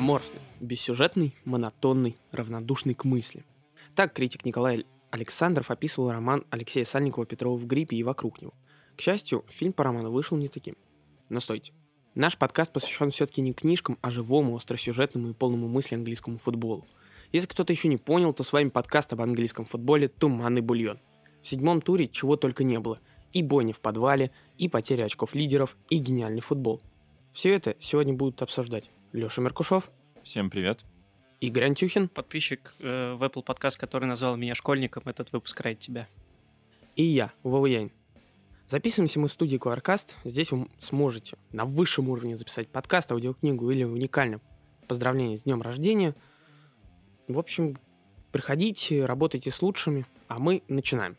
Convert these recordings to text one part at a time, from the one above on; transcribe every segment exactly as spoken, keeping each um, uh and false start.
Аморфный, бессюжетный, монотонный, равнодушный к мысли. Так критик Николай Александров описывал роман Алексея Сальникова «Петрова в гриппе» и «Вокруг него». К счастью, фильм по роману вышел не таким. Но стойте. Наш подкаст посвящен все-таки не книжкам, а живому, остросюжетному и полному мысли английскому футболу. Если кто-то еще не понял, то с вами подкаст об английском футболе «Туманный бульон». В седьмом туре чего только не было. И бойня в подвале, и потеря очков лидеров, и гениальный футбол. Все это сегодня будут обсуждать Леша Меркушев. Всем привет. Игорь Антюхин. Подписчик э, в Apple Podcast, который назвал меня школьником, этот выпуск ради тебя. И я, Вова Янь. Записываемся мы в студии Quoircast. Здесь вы сможете на высшем уровне записать подкаст, аудиокнигу или уникальное поздравление с днем рождения. В общем, приходите, работайте с лучшими, а мы начинаем.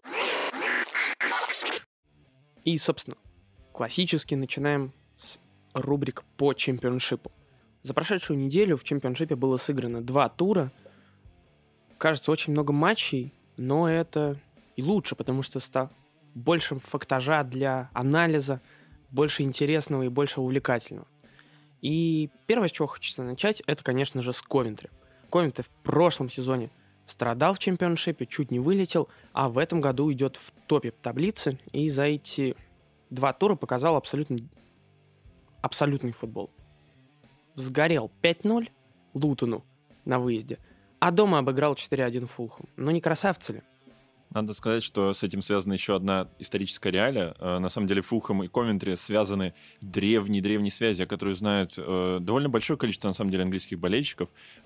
И, собственно, классически начинаем с рубрик по чемпионшипу. За прошедшую неделю в чемпионшипе было сыграно два тура. Кажется, очень много матчей, но это и лучше, потому что стало больше фактажа для анализа, больше интересного и больше увлекательного. И первое, с чего хочется начать, это, конечно же, с Ковентри. Ковентри в прошлом сезоне страдал в чемпионшипе, чуть не вылетел, а в этом году идет в топе таблицы и за эти два тура показал абсолютно, абсолютный футбол. Сгорел пять ноль Лутону на выезде, а дома обыграл четыре один Фулхэм. Но не красавцы ли? Надо сказать, что с этим связана еще одна историческая реалия. На самом деле Фулхэм и Ковентри связаны древней-древней связью, о которой знают довольно большое количество, на самом деле, английских болельщиков.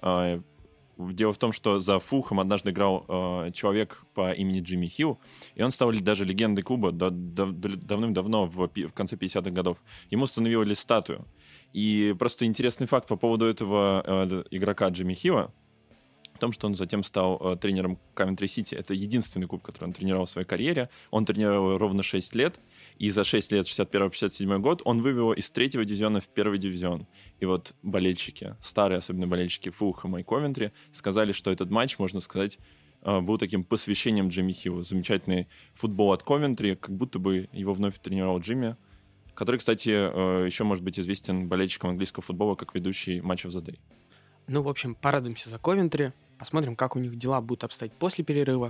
Дело в том, что за Фулхэм однажды играл э, человек по имени Джимми Хилл, и он стал даже легендой клуба да, да, давным-давно, в, в конце пятидесятых годов. Ему установили статую. И просто интересный факт по поводу этого э, игрока Джимми Хилла в том, что он затем стал э, тренером Ковентри Сити. Это единственный клуб, который он тренировал в своей карьере. Он тренировал ровно шесть лет, и за шесть лет, шестьдесят первый шестьдесят седьмой год, он вывел его из третьего дивизиона в первый дивизион. И вот болельщики, старые особенно болельщики Фулхэма и Ковентри, сказали, что этот матч, можно сказать, был таким посвящением Джимми Хиллу. Замечательный футбол от Ковентри, как будто бы его вновь тренировал Джимми, который, кстати, еще может быть известен болельщикам английского футбола как ведущий Match of the Day. Ну, в общем, порадуемся за Ковентри, посмотрим, как у них дела будут обстоять после перерыва.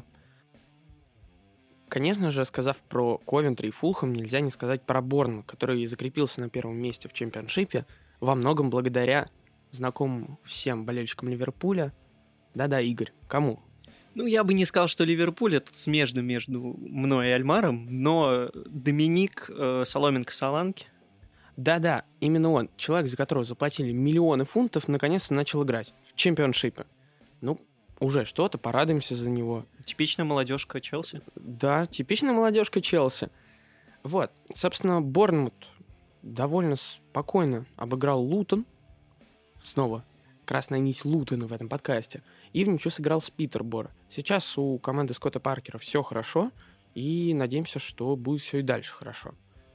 Конечно же, сказав про Ковентри и Фулхэм, нельзя не сказать про Борнмут, который закрепился на первом месте в чемпионшипе, во многом благодаря знакомому всем болельщикам Ливерпуля. Да-да, Игорь, кому? Ну, я бы не сказал, что Ливерпуль, это тут смежно между мной и Альмаром, но Доминик э, Соломенко-Соланки. Да-да, именно он, человек, за которого заплатили миллионы фунтов, наконец-то начал играть в чемпионшипе. Ну, уже что-то, порадуемся за него. Типичная молодежка Челси. Да, типичная молодежка Челси. Вот, собственно, Борнмут довольно спокойно обыграл Лутон. Снова красная нить Лутона в этом подкасте. И в ничью сыграл с Питерборо. Сейчас у команды Скотта Паркера все хорошо, и надеемся, что будет все и дальше хорошо.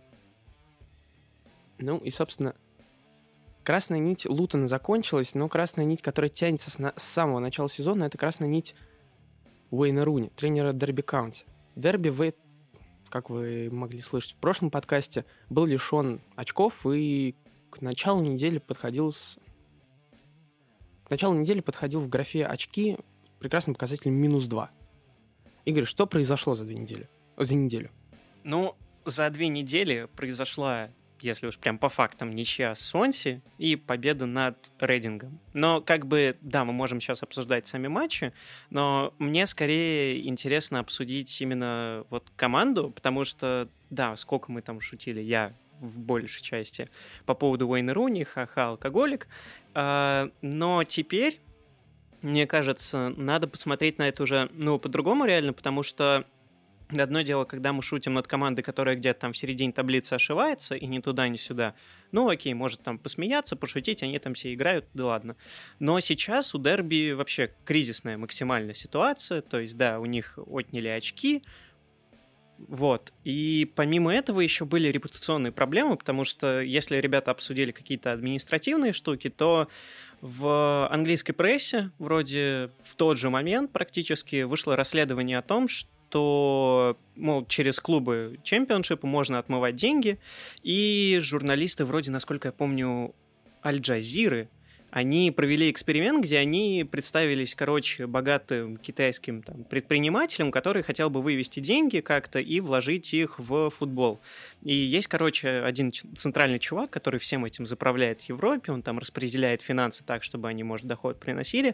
Ну и, собственно, красная нить Лутона закончилась, но красная нить, которая тянется с, на... с самого начала сезона, это красная нить Уэйна Руни, тренера Дерби Каунти. Дерби, вы, как вы могли слышать в прошлом подкасте, был лишен очков и к началу недели подходил с... К началу недели подходил в графе очки с прекрасным показателем минус два. Игорь, что произошло за две недели? За неделю? Ну, за две недели произошла, если уж прям по фактам, ничья с Свонси и победа над Рейдингом. Но как бы, да, мы можем сейчас обсуждать сами матчи, но мне скорее интересно обсудить именно вот команду, потому что, да, сколько мы там шутили, я в большей части, по поводу Уэйна Руни, ха-ха, алкоголик, а, но теперь, мне кажется, надо посмотреть на это уже, ну, по-другому реально, потому что одно дело, когда мы шутим над командой, которая где-то там в середине таблицы ошивается, и ни туда, ни сюда. Ну, окей, может там посмеяться, пошутить, они там все играют, да ладно. Но сейчас у Дерби вообще кризисная максимальная ситуация, то есть, да, у них отняли очки, вот. И помимо этого еще были репутационные проблемы, потому что если ребята обсудили какие-то административные штуки, то в английской прессе вроде в тот же момент практически вышло расследование о том, что то, мол, через клубы чемпионшипа можно отмывать деньги, и журналисты вроде, насколько я помню, Аль-Джазиры Они провели эксперимент, где они представились, короче, богатым китайским там, предпринимателем, который хотел бы вывести деньги как-то и вложить их в футбол. И есть, короче, один центральный чувак, который всем этим заправляет в Европе, он там распределяет финансы так, чтобы они, может, доход приносили.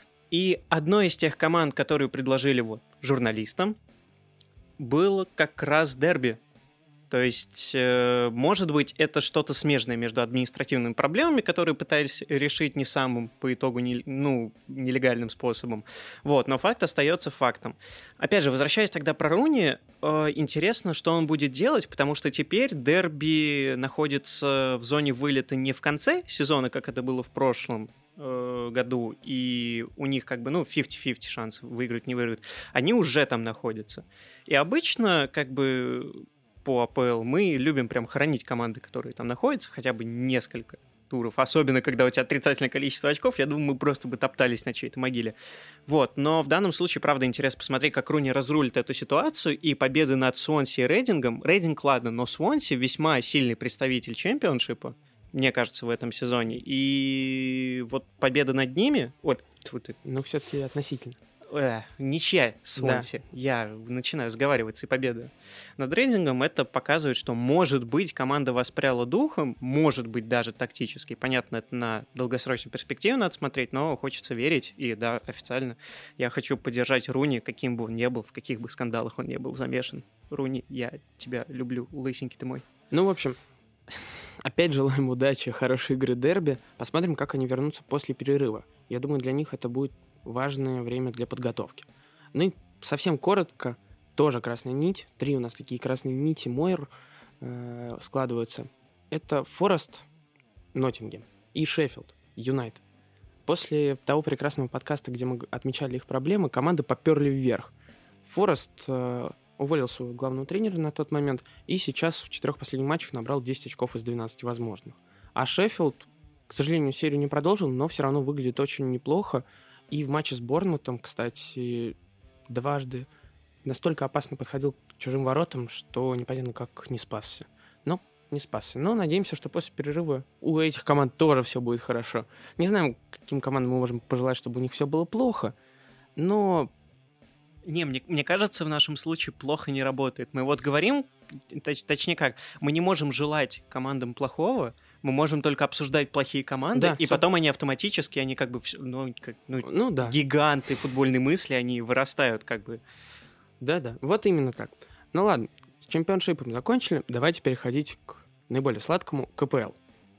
И одной из тех команд, которые предложили вот журналистам, было как раз дерби. То есть, э, может быть, это что-то смежное между административными проблемами, которые пытались решить не самым, по итогу, не, ну, нелегальным способом. Вот, но факт остается фактом. Опять же, возвращаясь тогда про Руни, э, интересно, что он будет делать, потому что теперь дерби находится в зоне вылета не в конце сезона, как это было в прошлом э, году, и у них как бы, ну, пятьдесят на пятьдесят шанс выиграть, не выиграть. Они уже там находятся. И обычно, как бы... по АПЛ мы любим прям хоронить команды, которые там находятся, хотя бы несколько туров. Особенно, когда у тебя отрицательное количество очков, я думаю, мы просто бы топтались на чьей-то могиле. Вот, но в данном случае, правда, интересно посмотреть, как Руни разрулит эту ситуацию, и победы над Суонси и Рейдингом. Рейдинг, ладно, но Суонси весьма сильный представитель чемпионшипа, мне кажется, в этом сезоне. И вот победа над ними... Вот, тьфу ты. Ну, все-таки относительно. Э, ничья Суонси. Да. Я начинаю сговариваться, и победа над Рейдингом, это показывает, что, может быть, команда воспряла духом, может быть, даже тактически. Понятно, это на долгосрочную перспективу надо смотреть, но хочется верить, и да, официально я хочу поддержать Руни, каким бы он ни был, в каких бы скандалах он не был замешан. Руни, я тебя люблю, лысенький ты мой. Ну, в общем, опять желаем удачи, хорошей игры дерби. Посмотрим, как они вернутся после перерыва. Я думаю, для них это будет важное время для подготовки. Ну и совсем коротко, тоже красная нить. Три у нас такие красные нити Мойер э, складываются. Это Форест, Ноттингем и Шеффилд, Юнайтед. После того прекрасного подкаста, где мы отмечали их проблемы, команды поперли вверх. Форест э, уволил своего главного тренера на тот момент и сейчас в четырех последних матчах набрал десять очков из двенадцати возможных. А Шеффилд, к сожалению, серию не продолжил, но все равно выглядит очень неплохо. И в матче с Борнмутом, кстати, дважды настолько опасно подходил к чужим воротам, что непонятно, как не спасся. Но не спасся. Но надеемся, что после перерыва у этих команд тоже все будет хорошо. Не знаю, каким командам мы можем пожелать, чтобы у них все было плохо, но... Не, мне, мне кажется, в нашем случае плохо не работает. Мы вот говорим, точ, точнее как, мы не можем желать командам плохого, мы можем только обсуждать плохие команды, да, и все... потом они автоматически, они как бы, ну, как, ну, ну да. Гиганты футбольной мысли, они вырастают как бы. Да-да, вот именно так. Ну ладно, с чемпионшипом закончили, давайте переходить к наиболее сладкому ка пэ эл.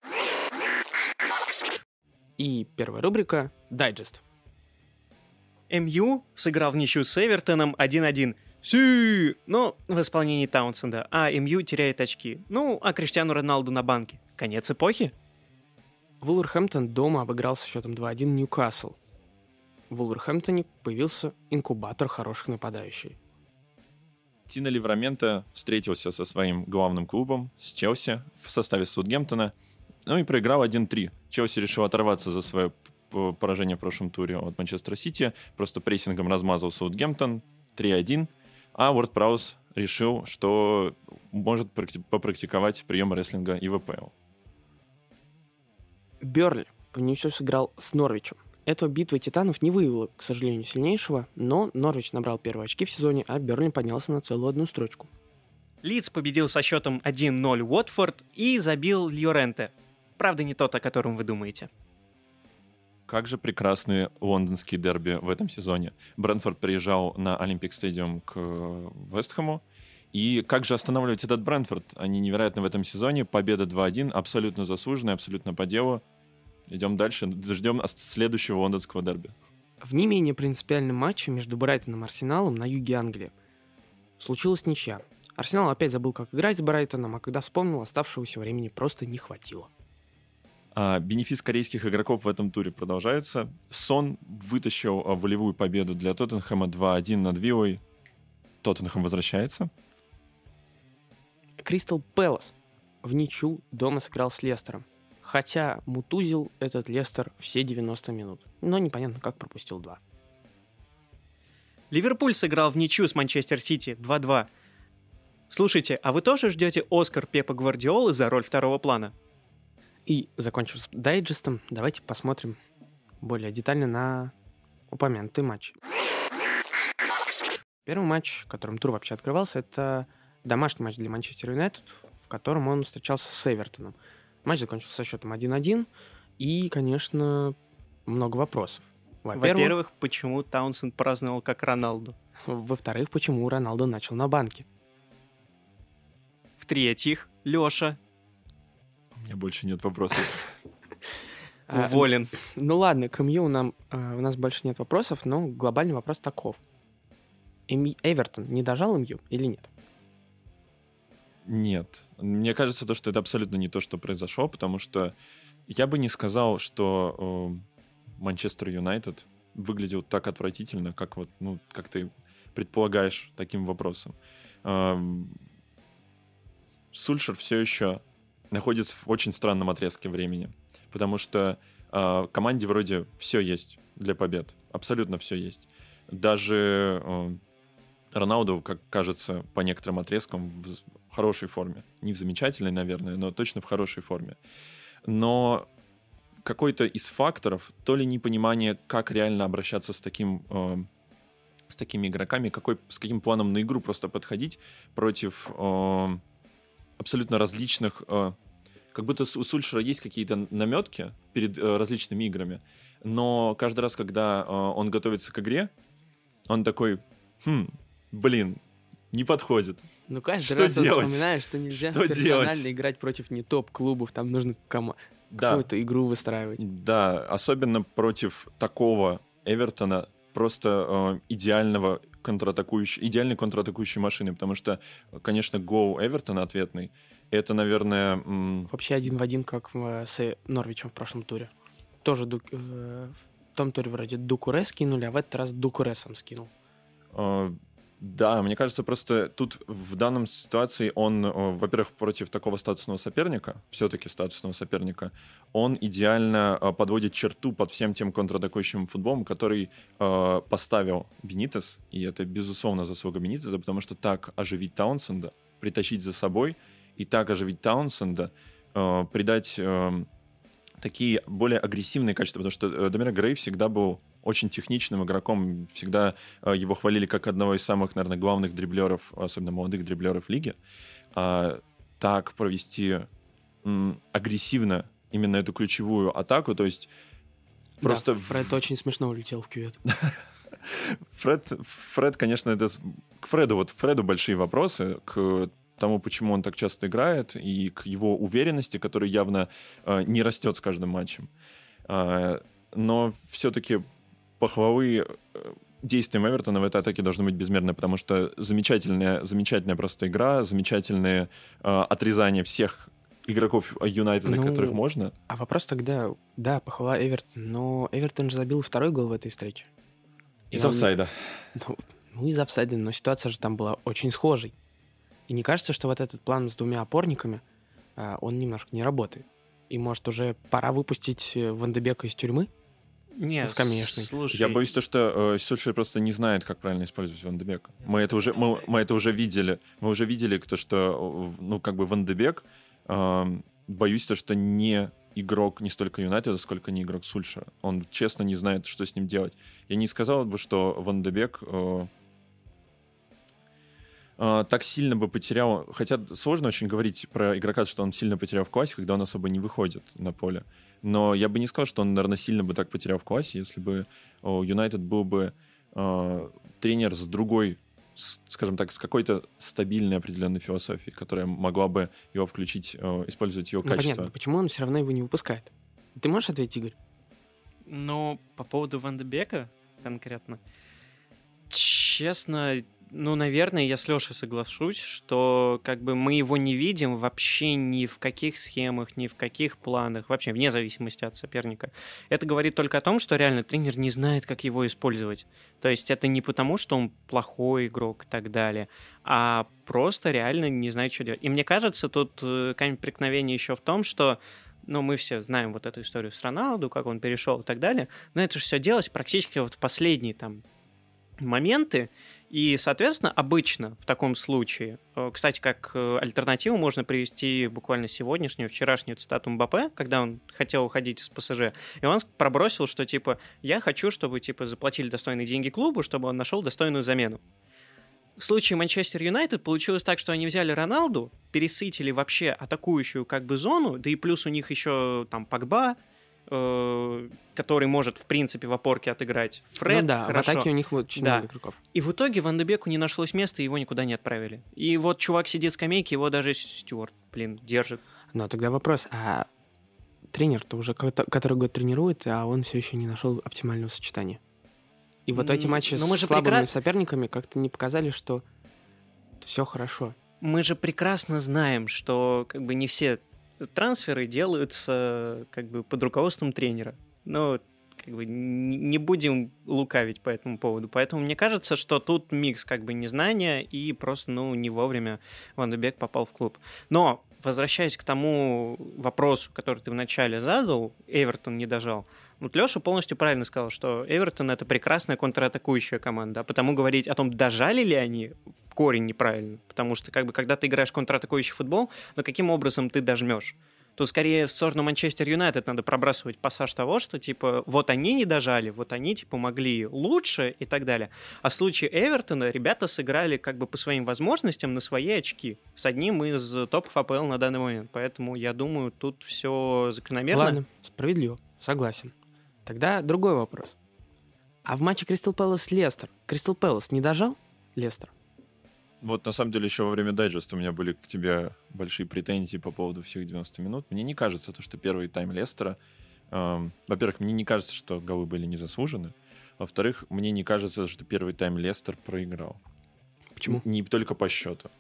И первая рубрика — дайджест. эм ю сыграл в ничью с Эвертоном один-один. Си! Но в исполнении Таунсенда. А эм ю теряет очки. Ну, а Криштиану Роналду на банке. Конец эпохи. Вулверхэмптон дома обыграл со счетом два-один Ньюкасл. В Вулверхэмптоне появился инкубатор хороших нападающих. Тино Ливраменто встретился со своим главным клубом, с Челси, в составе Саутгемптона, ну и проиграл один-три. Челси решил оторваться за свое поражение в прошлом туре от Манчестер Сити, просто прессингом размазал Саутгемптон три-один, а Уорд Праус решил, что может попрактиковать приемы рестлинга и в АПЛ. Бернли в ничью сыграл с Норвичем. Эта битва титанов не выявила, к сожалению, сильнейшего, но Норвич набрал первые очки в сезоне, а Бернли поднялся на целую одну строчку. Лидс победил со счетом один-ноль Уотфорд и забил Льоренте. Правда, не тот, о котором вы думаете. Как же прекрасные лондонские дерби в этом сезоне. Брентфорд приезжал на Олимпик Стадиум к Вестхэму. И как же останавливать этот Брентфорд? Они невероятны в этом сезоне. Победа два-один, абсолютно заслуженная, абсолютно по делу. Идем дальше, ждем следующего лондонского дерби. В не менее принципиальном матче между Брайтоном и Арсеналом на юге Англии случилась ничья. Арсенал опять забыл, как играть с Брайтоном, а когда вспомнил, оставшегося времени просто не хватило. А бенефис корейских игроков в этом туре продолжается. Сон вытащил волевую победу для Тоттенхэма два-один над Виллой. Тоттенхэм возвращается. Кристал Пэлас в ничью дома сыграл с Лестером. Хотя мутузил этот Лестер все девяносто минут. Но непонятно, как пропустил два. Ливерпуль сыграл в ничью с Манчестер Сити два-два. Слушайте, а вы тоже ждете Оскар Пепа Гвардиолы за роль второго плана? И, закончив с дайджестом, давайте посмотрим более детально на упомянутый матч. Первый матч, которым тур вообще открывался, это домашний матч для Манчестер Юнайтед, в котором он встречался с Эвертоном. Матч закончился со счетом один-один, и, конечно, много вопросов. Во-первых, Во-первых, почему Таунсенд праздновал как Роналду? Во-вторых, почему Роналду начал на банке? В-третьих, Лёша. У меня больше нет вопросов. Уволен. Ну ладно, к МЮ нам, э, у нас больше нет вопросов, но глобальный вопрос таков. Эвертон не дожал МЮ или нет? Нет. Мне кажется, то, что это абсолютно не то, что произошло, потому что я бы не сказал, что Манчестер Юнайтед выглядел так отвратительно, как вот, ну, как ты предполагаешь таким вопросом. Э, Сульшер все еще находится в очень странном отрезке времени, потому что э, команде вроде все есть для побед, абсолютно все есть. Даже э, Роналду, как кажется, по некоторым отрезкам в хорошей форме. Не в замечательной, наверное, но точно в хорошей форме. Но какой-то из факторов, то ли непонимание, как реально обращаться с таким... Э, с такими игроками, какой, с каким планом на игру просто подходить против... Э, абсолютно различных... Э, как будто у Сульшера есть какие-то наметки перед э, различными играми, но каждый раз, когда э, он готовится к игре, он такой, хм, блин, не подходит. Ну, каждый что раз делать? он вспоминает, что нельзя что персонально делать? играть против не топ-клубов, там нужно кому- да. какую-то игру выстраивать. Да, особенно против такого Эвертона, просто э, идеального контратакующей, идеальной контратакующей машины, потому что, конечно, гол Эвертона ответный, это, наверное... М- Вообще один в один, как в, с Норвичем в прошлом туре. Тоже ду- э, в том туре вроде Дукуре скинули, а в этот раз Дукуре сам скинул. Э, да, мне кажется, просто тут в данном ситуации он, э, во-первых, против такого статусного соперника, все-таки статусного соперника, он идеально э, подводит черту под всем тем контратакующим футболом, который э, поставил Бенитес, и это, безусловно, заслуга Бенитеса, потому что так оживить Таунсенда, притащить за собой и так оживить Таунсенда, э, придать э, такие более агрессивные качества, потому что э, Доминик Грей всегда был очень техничным игроком, всегда э, его хвалили как одного из самых, наверное, главных дриблеров, особенно молодых дриблеров лиги. А, так провести м, агрессивно именно эту ключевую атаку, то есть просто... Да, Фред очень смешно улетел в кювет. Фред, Фред, конечно, это... К Фреду, вот Фреду большие вопросы, к тому, почему он так часто играет, и к его уверенности, которая явно э, не растет с каждым матчем. Э, но все-таки похвалы э, действиям Эвертона в этой атаке должны быть безмерны, потому что замечательная, замечательная просто игра, замечательное э, отрезание всех игроков Юнайтеда, Ну, которых можно. А вопрос тогда, да, похвала Эвертон, но Эвертон же забил второй гол в этой встрече. Из он- офсайда. Ну, ну, из офсайда, но ситуация же там была очень схожей. И не кажется, что вот этот план с двумя опорниками, а, он немножко не работает? И, может, уже пора выпустить э, Ван де Бека из тюрьмы? Нет, Скамеечный. слушай, Я боюсь, то, что э, Сульшер просто не знает, как правильно использовать Ван де Бека. Мы это уже, мы, мы это уже видели. Мы уже видели, то, что, э, ну, как бы Ван де Бек, э, боюсь, то, что не игрок не столько Юнайтеда, сколько не игрок Сульшера. Он честно не знает, что с ним делать. Я не сказал бы, что Ван де Бек э, э, так сильно бы потерял... Хотя сложно очень говорить про игрока, что он сильно потерял в классе, когда он особо не выходит на поле. Но я бы не сказал, что он, наверное, сильно бы так потерял в классе, если бы у Юнайтед был бы э, тренер с другой, с, скажем так, с какой-то стабильной определенной философией, которая могла бы его включить, э, использовать его Ну, качества. понятно, почему он все равно его не выпускает? Ты можешь ответить, Игорь? ну, по поводу Ван де Бека конкретно, честно, ну, наверное, я с Лешей соглашусь, что как бы мы его не видим вообще ни в каких схемах, ни в каких планах, вообще вне зависимости от соперника. Это говорит только о том, что реально тренер не знает, как его использовать. То есть это не потому, что он плохой игрок и так далее, а просто реально не знает, что делать. И мне кажется, тут э, камень преткновения еще в том, что ну, мы все знаем вот эту историю с Роналду, как он перешел и так далее, но это же все делалось практически вот в последние там моменты, И, соответственно, обычно в таком случае, кстати, как альтернативу можно привести буквально сегодняшнюю, вчерашнюю цитату Мбаппе, когда он хотел уходить из ПСЖ, и он пробросил, что, типа, я хочу, чтобы, типа, заплатили достойные деньги клубу, чтобы он нашел достойную замену. В случае Манчестер Юнайтед получилось так, что они взяли Роналду, пересытили вообще атакующую как бы зону, да и плюс у них еще там Погба, э, который может, в принципе, в опорке отыграть. Фред, ну да, хорошо. в атаке у них очень да. много игроков. И в итоге Ван де Беку не нашлось места, и его никуда не отправили. И вот чувак сидит в скамейке, его даже Стюарт, блин, держит. Ну, а тогда вопрос, а тренер-то уже который год тренирует, а он все еще не нашел оптимального сочетания? И вот эти матчи Но мы с же слабыми прекра... соперниками как-то не показали, что все хорошо. Мы же прекрасно знаем, что как бы не все трансферы делаются как бы под руководством тренера. Но как бы не будем лукавить по этому поводу. Поэтому мне кажется, что тут микс как бы незнания и просто, ну, не вовремя Ван де Бек попал в клуб. Но, возвращаясь к тому вопросу, который ты вначале задал, Эвертон не дожал. Вот Леша полностью правильно сказал, что Эвертон — это прекрасная контратакующая команда, а потому говорить о том, дожали ли они, в корень неправильно. Потому что, как бы, когда ты играешь в контратакующий футбол, ну каким образом ты дожмешь? То скорее в сторону Манчестер Юнайтед надо пробрасывать пассаж того, что, типа, вот они не дожали, вот они, типа, могли лучше и так далее. А в случае Эвертона ребята сыграли, как бы, по своим возможностям на свои очки с одним из топов АПЛ на данный момент. Поэтому, я думаю, тут все закономерно. Ладно, справедливо, согласен. Тогда другой вопрос. А в матче Кристал Пэлас Лестер Кристал Пэлас не дожал Лестер? Вот на самом деле еще во время дайджеста у меня были к тебе большие претензии по поводу всех девяноста минут. Мне не кажется, то, что первый тайм Лестера... Эм, во-первых, мне не кажется, что голы были незаслужены. Во-вторых, мне не кажется, что первый тайм Лестер проиграл. Почему? Не только по счету.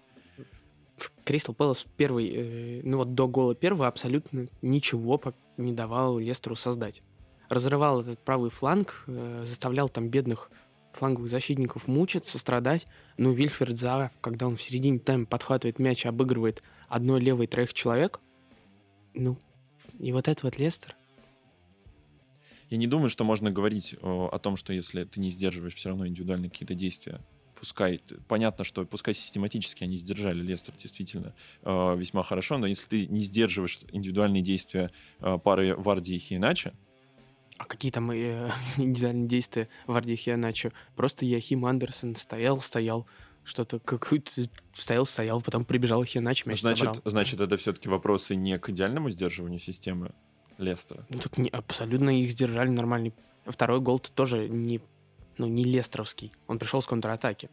Кристал Пэлас первый, э, ну вот до гола первого абсолютно ничего не давал Лестеру создать. Разрывал этот правый фланг, э, заставлял там бедных фланговых защитников мучиться, страдать. Ну, Вильфред Заha, когда он в середине тайма подхватывает мяч и обыгрывает одной левой троих человек, ну, и вот это вот Лестер. Я не думаю, что можно говорить о, о том, что если ты не сдерживаешь все равно индивидуальные какие-то действия, пускай, понятно, что пускай систематически они сдержали Лестер действительно э, весьма хорошо, но если ты не сдерживаешь индивидуальные действия э, пары Варди и Хиеначо. А какие там э, индивидуальные действия Варди и Хиеначо? Просто Йохим Андерсон стоял, стоял, что-то какой-то стоял, стоял, потом прибежал Хиеначо, мяч значит, отобрал. Значит, это все-таки вопросы не к идеальному сдерживанию системы Лестера? Ну, так не, абсолютно их сдержали нормально. Второй гол-то тоже не, ну, не лестеровский. Он пришел с контратаки.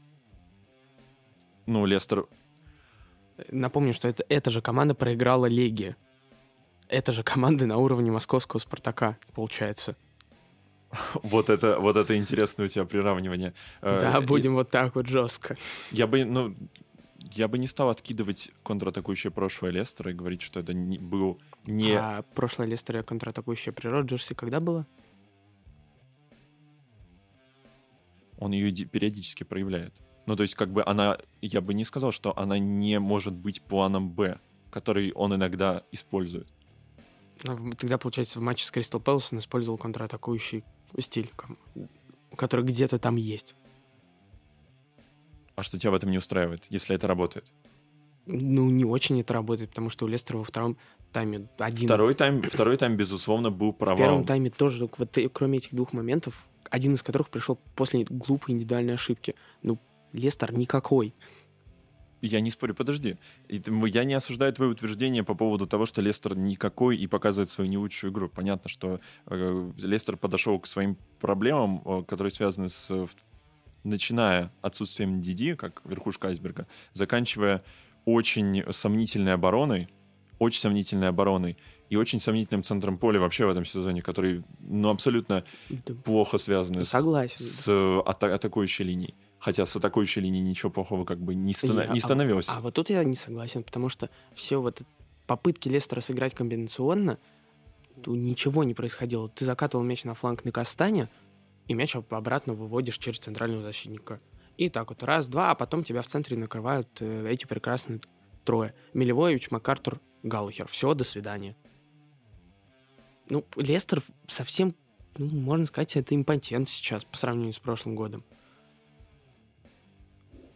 Ну, Лестер... Напомню, что это, эта же команда проиграла Легия. Это же команда на уровне московского «Спартака», получается. Вот это, вот это интересное у тебя приравнивание. Да, будем вот так вот жестко. Я бы, ну, я бы не стал откидывать контратакующее прошлое Лестера и говорить, что это не, был не... А прошлое Лестера контратакующее при Роджерсе когда было? Он ее периодически проявляет. Ну, то есть, как бы она... Я бы не сказал, что она не может быть планом «Б», который он иногда использует. Тогда, получается, в матче с Кристал Пэлас он использовал контратакующий стиль, который где-то там есть. А что тебя в этом не устраивает, если это работает? Ну, не очень это работает, потому что у Лестера во втором тайме один... Второй тайм, второй тайм безусловно, был провалом. В первом тайме тоже, вот, кроме этих двух моментов, один из которых пришел после глупой индивидуальной ошибки. Ну, Лестер никакой. Я не спорю, подожди. Я не осуждаю твое утверждение по поводу того, что Лестер никакой и показывает свою не лучшую игру. Понятно, что э, Лестер подошел к своим проблемам, э, которые связаны с... Э, начиная отсутствием Диди, как верхушка айсберга, заканчивая очень сомнительной обороной, очень сомнительной обороной и очень сомнительным центром поля вообще в этом сезоне, который, ну, абсолютно да, плохо связаны согласен, с, с ата- атакующей линией. Хотя с атакующей линией ничего плохого как бы не, станов... я, не становилось. А, а вот тут я не согласен, потому что все вот попытки Лестера сыграть комбинационно, ничего не происходило. Ты закатывал мяч на фланг на Кастане, и мяч обратно выводишь через центрального защитника. И так вот раз, два, а потом тебя в центре накрывают э, эти прекрасные трое. Милевоевич, МакАртур, Галлахер. Все, до свидания. Ну, Лестер совсем, ну, можно сказать, это импотент сейчас по сравнению с прошлым годом.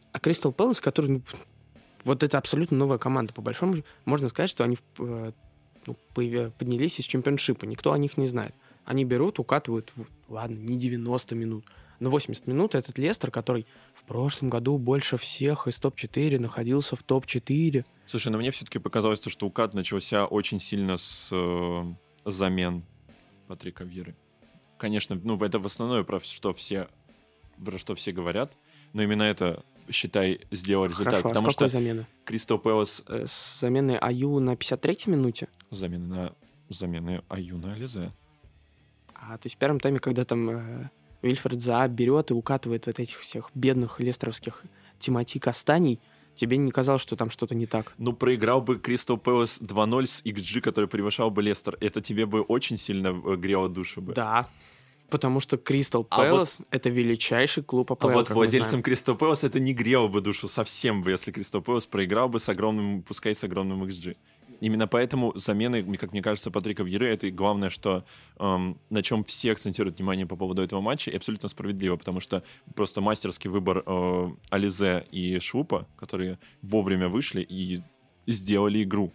А Кристал Пэлас, который... Ну, вот это абсолютно новая команда. По большому, можно сказать, что они э, ну, поднялись из чемпионшипа. Никто о них не знает. Они берут, укатывают, ладно, не девяносто минут, но восемьдесят минут этот Лестер, который в прошлом году больше всех из топ четыре находился в топ четыре. Слушай, но мне все-таки показалось, что укат начался очень сильно с э, замен Патрика Вьеры. Конечно, ну, это в основном, про что все, про что все говорят, но именно это, считай, сделал результат. Хорошо, потому а с какой что замены? Кристал Пэлас... Э, с замены Аю на пятьдесят третьей минуте? Замены на... Замены Аю на Ализе. А, то есть в первом тайме, когда там э, Вильфред Заа берет и укатывает вот этих всех бедных лестеровских Тимоти Кастаний, тебе не казалось, что там что-то не так? Ну, проиграл бы Кристал Пэлас два ноль с икс джи, который превышал бы Лестер. Это тебе бы очень сильно грело душу бы. Да, потому что Кристал А Пэлас вот- — это величайший клуб АПЛ, А вот как мы владельцам знаем. Кристал Пэлас это не грело бы душу совсем бы, если Кристал Пэлас проиграл бы с огромным, пускай с огромным икс джи. Именно поэтому замены, мне- как мне кажется, Патрика Вьеры — это и главное, что эм, на чем все акцентируют внимание по поводу этого матча, и абсолютно справедливо, потому что просто мастерский выбор э, Ализе и Шупа, которые вовремя вышли и сделали игру.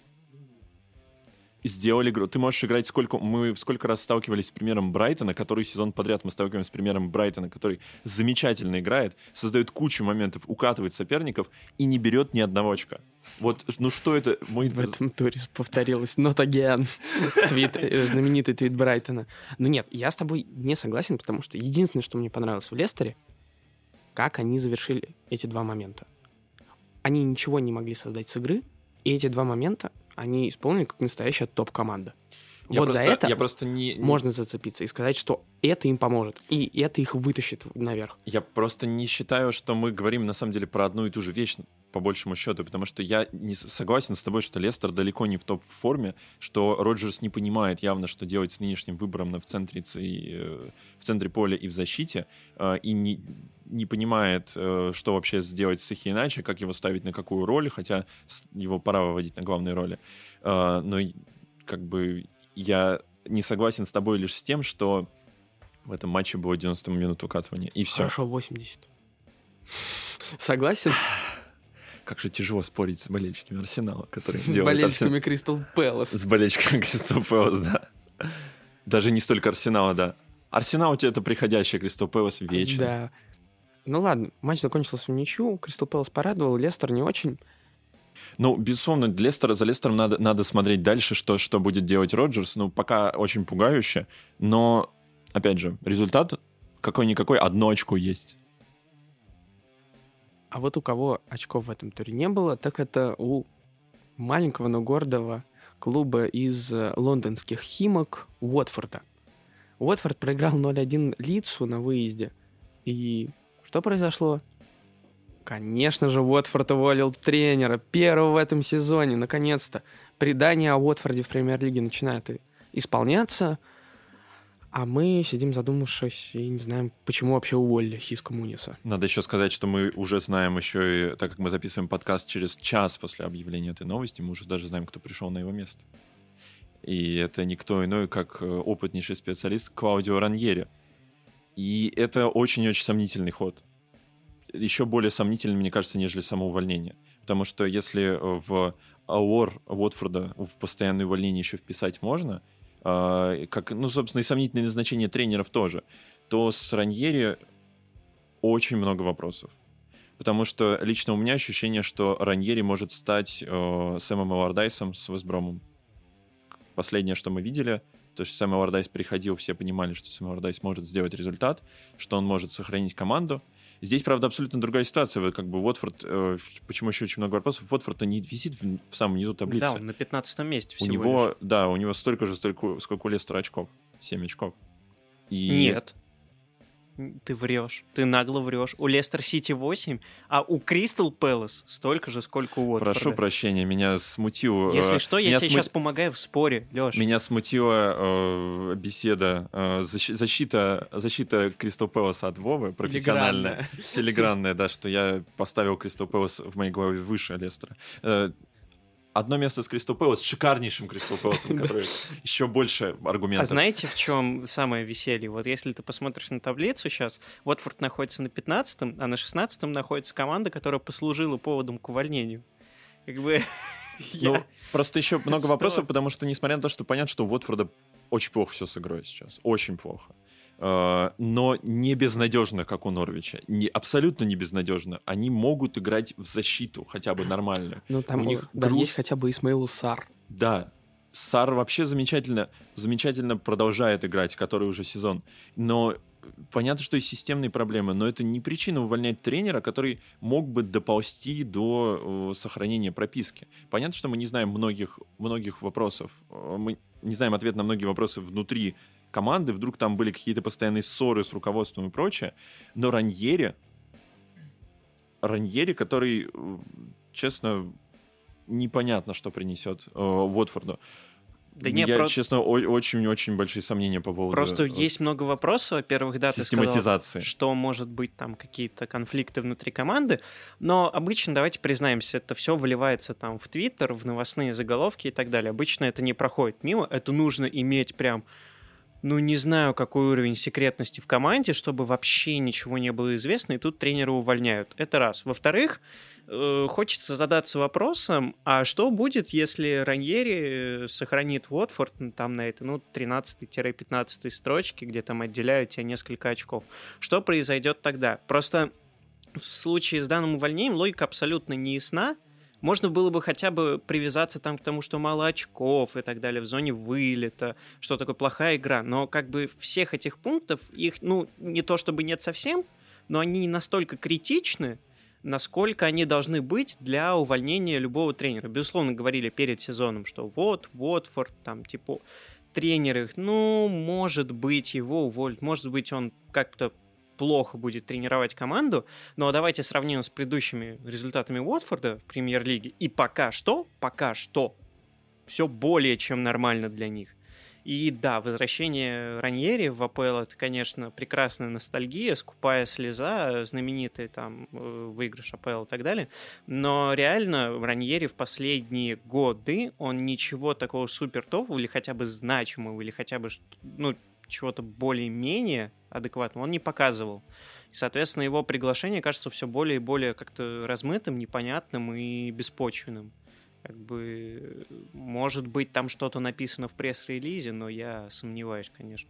Сделали игру. Ты можешь играть сколько... Мы сколько раз сталкивались с примером Брайтона, который сезон подряд мы сталкиваемся с примером Брайтона, который замечательно играет, создает кучу моментов, укатывает соперников и не берет ни одного очка. Вот, ну что это? Мой... В этом туре повторилось «not again» в твит, э, знаменитый твит Брайтона. Но нет, я с тобой не согласен, потому что единственное, что мне понравилось в Лестере, как они завершили эти два момента. Они ничего не могли создать с игры, и эти два момента они исполнили как настоящая топ-команда. Я вот просто, за это я просто не... можно зацепиться и сказать, что это им поможет, и это их вытащит наверх. Я просто не считаю, что мы говорим на самом деле про одну и ту же вещь, по большему счету, потому что я не с- согласен с тобой, что Лестер далеко не в топ-форме, что Роджерс не понимает явно, что делать с нынешним выбором на- в, центре, ц- и, э, в центре поля и в защите, э, и не, не понимает, э, что вообще сделать с их иначе, как его ставить на какую роль, хотя с- его пора выводить на главные роли. Э, но и, как бы я не согласен с тобой лишь с тем, что в этом матче было девяносто минут укатывания, и все. Хорошо, восемьдесят. Согласен? Как же тяжело спорить с болельщиками Арсенала, которые С делают болельщиками Кристал Пэлас. Арсен- С болельщиками Кристал Пэлас, да. Даже не столько Арсенала, да. Арсенал у тебя это приходящий, Кристал Пэлас вечный. Да. Ну ладно, матч закончился в ничью, Кристал Пэлас порадовал, Лестер не очень. Ну, безусловно, Лестер, за Лестером надо, надо смотреть дальше, что, что будет делать Роджерс. Ну, пока очень пугающе, но, опять же, результат какой-никакой, одно очко есть. А вот у кого очков в этом туре не было, так это у маленького, но гордого клуба из э, лондонских Химок Уотфорда. Уотфорд проиграл ноль один Лидсу на выезде. И что произошло? Конечно же, Уотфорд уволил тренера, первого в этом сезоне, наконец-то. Предания о Уотфорде в премьер-лиге начинают и- исполняться, а мы сидим задумавшись и не знаем, почему вообще уволили Хиско Муниса. Надо еще сказать, что мы уже знаем еще и, так как мы записываем подкаст через час после объявления этой новости, мы уже даже знаем, кто пришел на его место. И это никто иной, как э, опытнейший специалист Клаудио Раньери. И это очень-очень сомнительный ход. Еще более сомнительный, мне кажется, нежели само увольнение. Потому что если в АОР Уотфорда в постоянное увольнение еще вписать можно, э, как, ну, собственно, и сомнительное назначение тренеров тоже, то с Раньери очень много вопросов. Потому что лично у меня ощущение, что Раньери может стать э, Сэмом Аллардайсом с Вестбромом. Последнее, что мы видели, то, что Сэм Аллардайс приходил, все понимали, что Сэм Аллардайс может сделать результат, что он может сохранить команду. Здесь, правда, абсолютно другая ситуация. Вот как бы Уотфорд, э, почему еще очень много вопросов, Уотфорд не висит в, в самом низу таблицы. Да, он на пятнадцатом месте у всего него, лишь. да, у него столько же, столько, сколько у Лестера очков. семь очков. И... Нет. Ты врешь. Ты нагло врешь. У Лестер Сити восемь, а у Кристал Пэлас столько же, сколько у Уотфорда. Прошу прощения, меня смутило... Если э, что, я меня тебе сму- сейчас помогаю в споре, Лёш. Меня смутила э, беседа, э, защи- защита, защита Кристал Пэласа от Вовы, профессиональная. Филигранная, да, что я поставил Кристал Пэлас в моей голове выше Лестера. Э, одно место с Кристал Пэлас, с шикарнейшим Кристал Пэласом, который еще больше аргументов. А знаете, в чем самое веселье? Вот если ты посмотришь на таблицу сейчас, Уотфорд находится на пятнадцатом, а на шестнадцатом находится команда, которая послужила поводом к увольнению. Как бы... Ну, просто еще много вопросов, потому что, несмотря на то, что понятно, что у Уотфорда очень плохо все с игрой сейчас, очень плохо. Но не безнадежно, как у Норвича. Не, абсолютно не безнадежно. Они могут играть в защиту, хотя бы нормально. Ну, там у них да, груз... есть хотя бы Исмаил Сар. Да, Сар вообще замечательно, замечательно продолжает играть, который уже сезон. Но понятно, что есть системные проблемы, но это не причина увольнять тренера, который мог бы доползти до э, сохранения прописки. Понятно, что мы не знаем многих, многих вопросов. Мы не знаем ответ на многие вопросы внутри команды. Вдруг там были какие-то постоянные ссоры с руководством и прочее. Но Раньери, Раньери, который, честно, непонятно, что принесет э, Уотфорду. Да нет, Я, про... честно, очень-очень большие сомнения по поводу... Просто есть много вопросов. Во-первых, да, ты сказал, что может быть там какие-то конфликты внутри команды, но обычно, давайте признаемся, это все выливается там в Твиттер, в новостные заголовки и так далее. Обычно это не проходит мимо, это нужно иметь прям, ну, не знаю, какой уровень секретности в команде, чтобы вообще ничего не было известно, и тут тренера увольняют. Это раз. Во-вторых, э, хочется задаться вопросом, а что будет, если Раньери сохранит Уотфорд там на этой, ну, тринадцатой-пятнадцатой строчке, где там отделяют тебе несколько очков? Что произойдет тогда? Просто в случае с данным увольнением логика абсолютно не ясна. Можно было бы хотя бы привязаться там к тому, что мало очков и так далее, в зоне вылета, что такое плохая игра. Но как бы всех этих пунктов, их, ну, не то чтобы нет совсем, но они не настолько критичны, насколько они должны быть для увольнения любого тренера. Безусловно, говорили перед сезоном, что вот, Уотфорд, там, типа, тренер их, ну, может быть, его уволят, может быть, он как-то плохо будет тренировать команду, но давайте сравним с предыдущими результатами Уотфорда в премьер-лиге, и пока что, пока что, все более чем нормально для них. И да, возвращение Раньери в АПЛ — это, конечно, прекрасная ностальгия, скупая слеза, знаменитый там выигрыш АПЛ и так далее, но реально Раньери в последние годы, он ничего такого супер-топового или хотя бы значимого, или хотя бы, ну, чего-то более-менее адекватного он не показывал. И, соответственно, его приглашение кажется все более и более как-то размытым, непонятным и беспочвенным. Как бы, может быть, там что-то написано в пресс-релизе, но я сомневаюсь, конечно.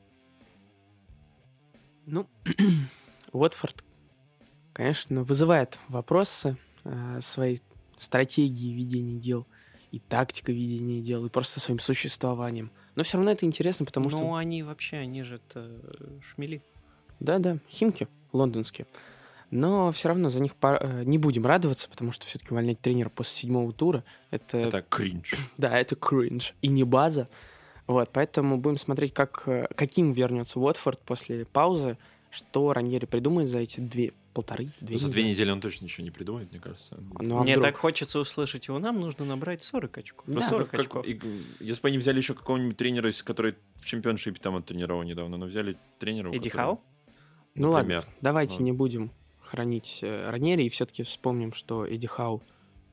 Ну, Уотфорд, конечно, вызывает вопросы э, своей стратегии ведения дел и тактикой ведения дел, и просто своим существованием. Но все равно это интересно, потому ну, что... Ну, они вообще, они же это шмели. Да-да, химки лондонские. Но все равно за них пар... не будем радоваться, потому что все-таки увольнять тренера после седьмого тура — это... Это кринж. Да, это кринж. И не база. Вот, поэтому будем смотреть, как, каким вернется Уотфорд после паузы, что Раньери придумает за эти две, полторы, две За недели. две недели он точно ничего не придумает, мне кажется. Ну, а Мне вдруг? так хочется услышать его. Нам нужно набрать сорок очков. Да. сорок Как- очков. и- если бы они взяли еще какого-нибудь тренера, который в чемпионшипе там оттренировал недавно, но взяли тренера... у Эдди которого- Хау? Ну например. ладно, давайте Ладно. не будем хранить э, Раньери и все-таки вспомним, что Эдди Хау...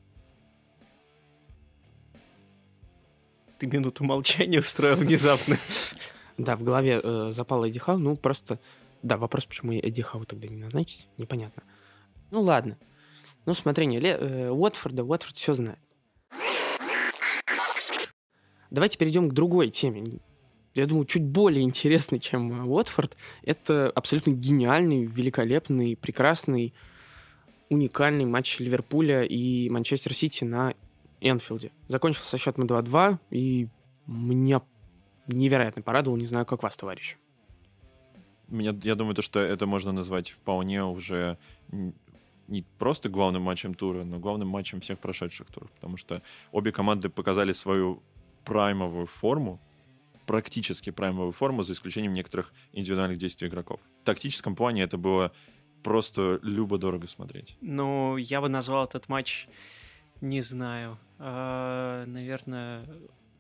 Ты минуту молчания устроил внезапно. Да, в голове э, запал Эдди Хау, ну просто... Да, вопрос, почему Эдди Хау тогда не назначить, непонятно. Ну ладно. Ну смотри, не, Ле- э, Уотфорда, Уотфорд все знает. Давайте перейдем к другой теме. Я думаю, чуть более интересный, чем э, Уотфорд. Это абсолютно гениальный, великолепный, прекрасный, уникальный матч Ливерпуля и Манчестер Сити на Энфилде. Закончился со счетом два-два, и меня невероятно порадовал. Не знаю, как вас, товарищ. Меня, я думаю, то, что это можно назвать вполне уже н- не просто главным матчем тура, но главным матчем всех прошедших туров, потому что обе команды показали свою праймовую форму, практически праймовую форму, за исключением некоторых индивидуальных действий игроков. В тактическом плане это было просто любо-дорого смотреть. Ну, я бы назвал этот матч, не знаю, э, наверное,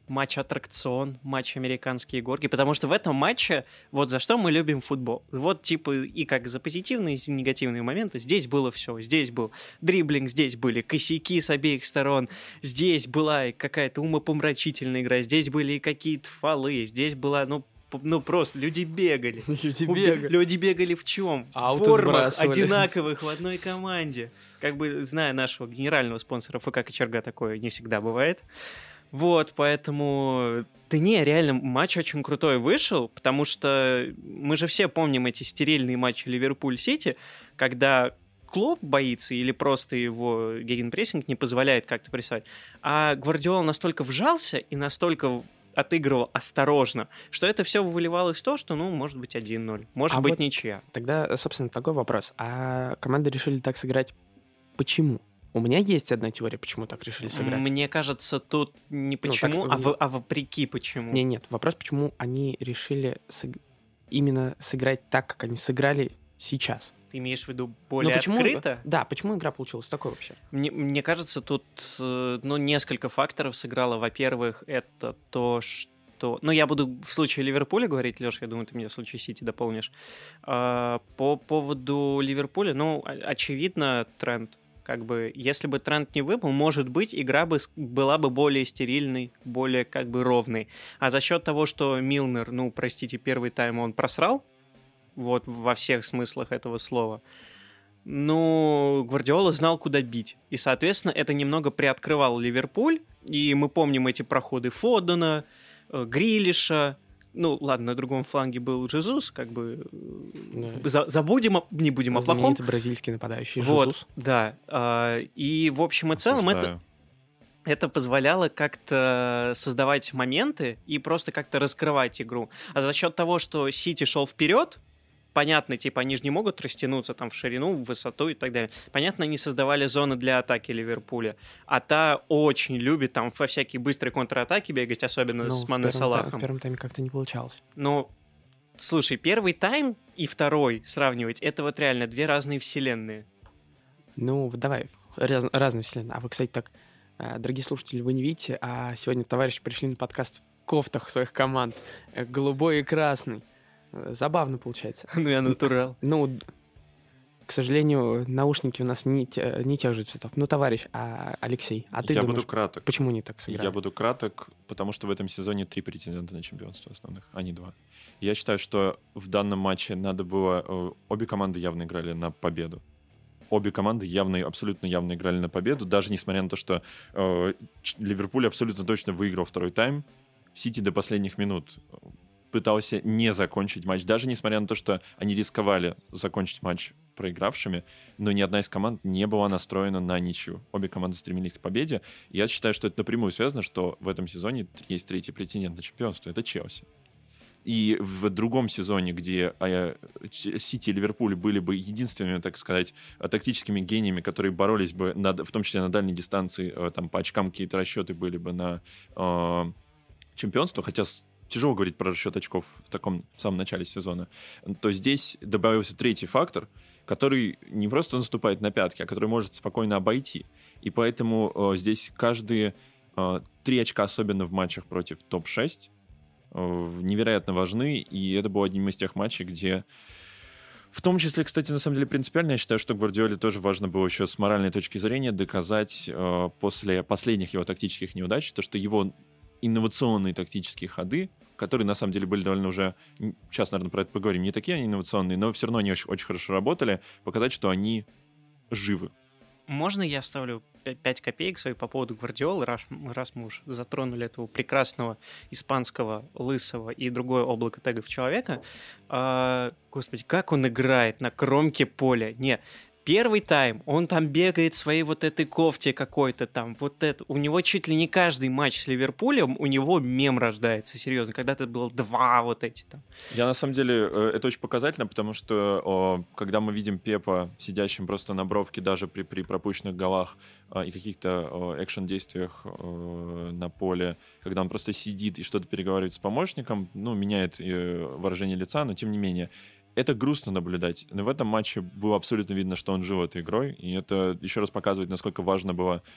матч-аттракцион, матч «Американские горки», потому что в этом матче вот за что мы любим футбол. Вот типа и как за позитивные, и за негативные моменты. Здесь было все. Здесь был дриблинг, здесь были косяки с обеих сторон, здесь была какая-то умопомрачительная игра, здесь были и какие-то фолы, здесь была, ну, ну просто люди бегали. Люди бегали. Люди бегали в чем? Ауто В формах сбрасывали. одинаковых в одной команде. Как бы, зная нашего генерального спонсора ФК «Кочерга», такое не всегда бывает. Вот, поэтому... Да не, реально, матч очень крутой вышел, потому что мы же все помним эти стерильные матчи Ливерпуль-Сити, когда Клоп боится или просто его гегенпрессинг не позволяет как-то прессовать. А Гвардиола настолько вжался и настолько отыгрывал осторожно, что это все выливалось в то, что, ну, может быть, один ноль, может А быть, вот ничья. Тогда, собственно, такой вопрос. А команды решили так сыграть почему? У меня есть одна теория, почему так решили сыграть. Мне кажется, тут не почему, так, а, в- а вопреки почему. Не, нет, вопрос, почему они решили сыг- именно сыграть так, как они сыграли сейчас. Ты имеешь в виду более Ну, почему... открыто? Да, почему игра получилась такой вообще? Мне, мне кажется, тут э, ну, несколько факторов сыграло. Во-первых, это то, что... Ну, я буду в случае Ливерпуля говорить, Леша, я думаю, ты меня в случае Сити дополнишь. А, по поводу Ливерпуля, ну, о- очевидно, тренд. Как бы, если бы тренд не выпал, может быть, игра бы с- была бы более стерильной, более как бы ровной. А за счет того, что Милнер, ну, простите, первый тайм он просрал, вот во всех смыслах этого слова, ну, Гвардиола знал, куда бить. И, соответственно, это немного приоткрывал Ливерпуль. И мы помним эти проходы Фодена, э, Грилиша. Ну, ладно, на другом фланге был Жезус, как бы... э, Да. за- забудем, о- не будем о плохом. Знаменитый бразильский нападающий Вот, Жезус. да. А, И, в общем и целом, это, Осуждаю. это позволяло как-то создавать моменты и просто как-то раскрывать игру. А за счет того, что Сити шел вперед, понятно, типа, они же не могут растянуться там в ширину, в высоту и так далее. Понятно, они создавали зоны для атаки Ливерпуля. А та очень любит там во всякие быстрые контратаки бегать, особенно Ну, с в Мане первом та- Салахом. В первом тайме как-то не получалось. Но, слушай, первый тайм и второй сравнивать, это вот реально две разные вселенные. Ну, вот давай, раз, разные вселенные. А вы, кстати, так, э, дорогие слушатели, вы не видите, а сегодня товарищи пришли на подкаст в кофтах своих команд. э, Голубой и красный. Э, Забавно получается. Ну, я натурал. Ну, д- к сожалению, наушники у нас не, те- не тех же цветов. Ну, товарищ, а Алексей, а ты Я думаешь, буду краток. почему не так сыграли? Я буду краток, потому что в этом сезоне три претендента на чемпионство основных, а не два. Я считаю, что в данном матче надо было... э, Обе команды явно играли на победу. Обе команды явно, абсолютно явно играли на победу, даже несмотря на то, что э, Ч- Ливерпуль абсолютно точно выиграл второй тайм. Сити до последних минут пытался не закончить матч, даже несмотря на то, что они рисковали закончить матч проигравшими, но ни одна из команд не была настроена на ничью. Обе команды стремились к победе. И я считаю, что это напрямую связано, что в этом сезоне есть третий претендент на чемпионство. Это Челси. И в другом сезоне, где э, Ч- Сити и Ливерпуль были бы единственными, так сказать, э, тактическими гениями, которые боролись бы, на, в том числе на дальней дистанции, э, там по очкам какие-то расчеты были бы на э, чемпионство, хотя с- тяжело говорить про расчет очков в таком в самом начале сезона, то здесь добавился третий фактор, который не просто наступает на пятки, а который может спокойно обойти. И поэтому э, здесь каждые э, три очка, особенно в матчах против топ шесть, э, невероятно важны, и это был одним из тех матчей, где в том числе, кстати, на самом деле принципиально, я считаю, что Гвардиоле тоже важно было еще с моральной точки зрения доказать э, после последних его тактических неудач, то, что его инновационные тактические ходы, которые на самом деле были довольно уже, м, сейчас, наверное, про это поговорим, не такие они инновационные, но все равно они очень, очень хорошо работали, показать, что они живы. Можно я вставлю пять копеек свои по поводу Гвардиолы, раз, раз мы уж затронули этого прекрасного испанского, лысого и другое облако тегов человека? А, господи, как он играет на кромке поля. Не, первый тайм, он там бегает в своей вот этой кофте какой-то там, вот это. У него чуть ли не каждый матч с Ливерпулем, у него мем рождается, серьезно. Когда-то было два вот эти там. Я, на самом деле, э, это очень показательно, потому что о, когда мы видим Пепа сидящим просто на бровке даже при, при пропущенных голах э, и каких-то э, экшн-действиях э, на поле, когда он просто сидит и что-то переговаривает с помощником, ну, меняет э, выражение лица, но тем не менее, это грустно наблюдать. Но в этом матче было абсолютно видно, что он жил этой игрой, и это еще раз показывает, насколько важно было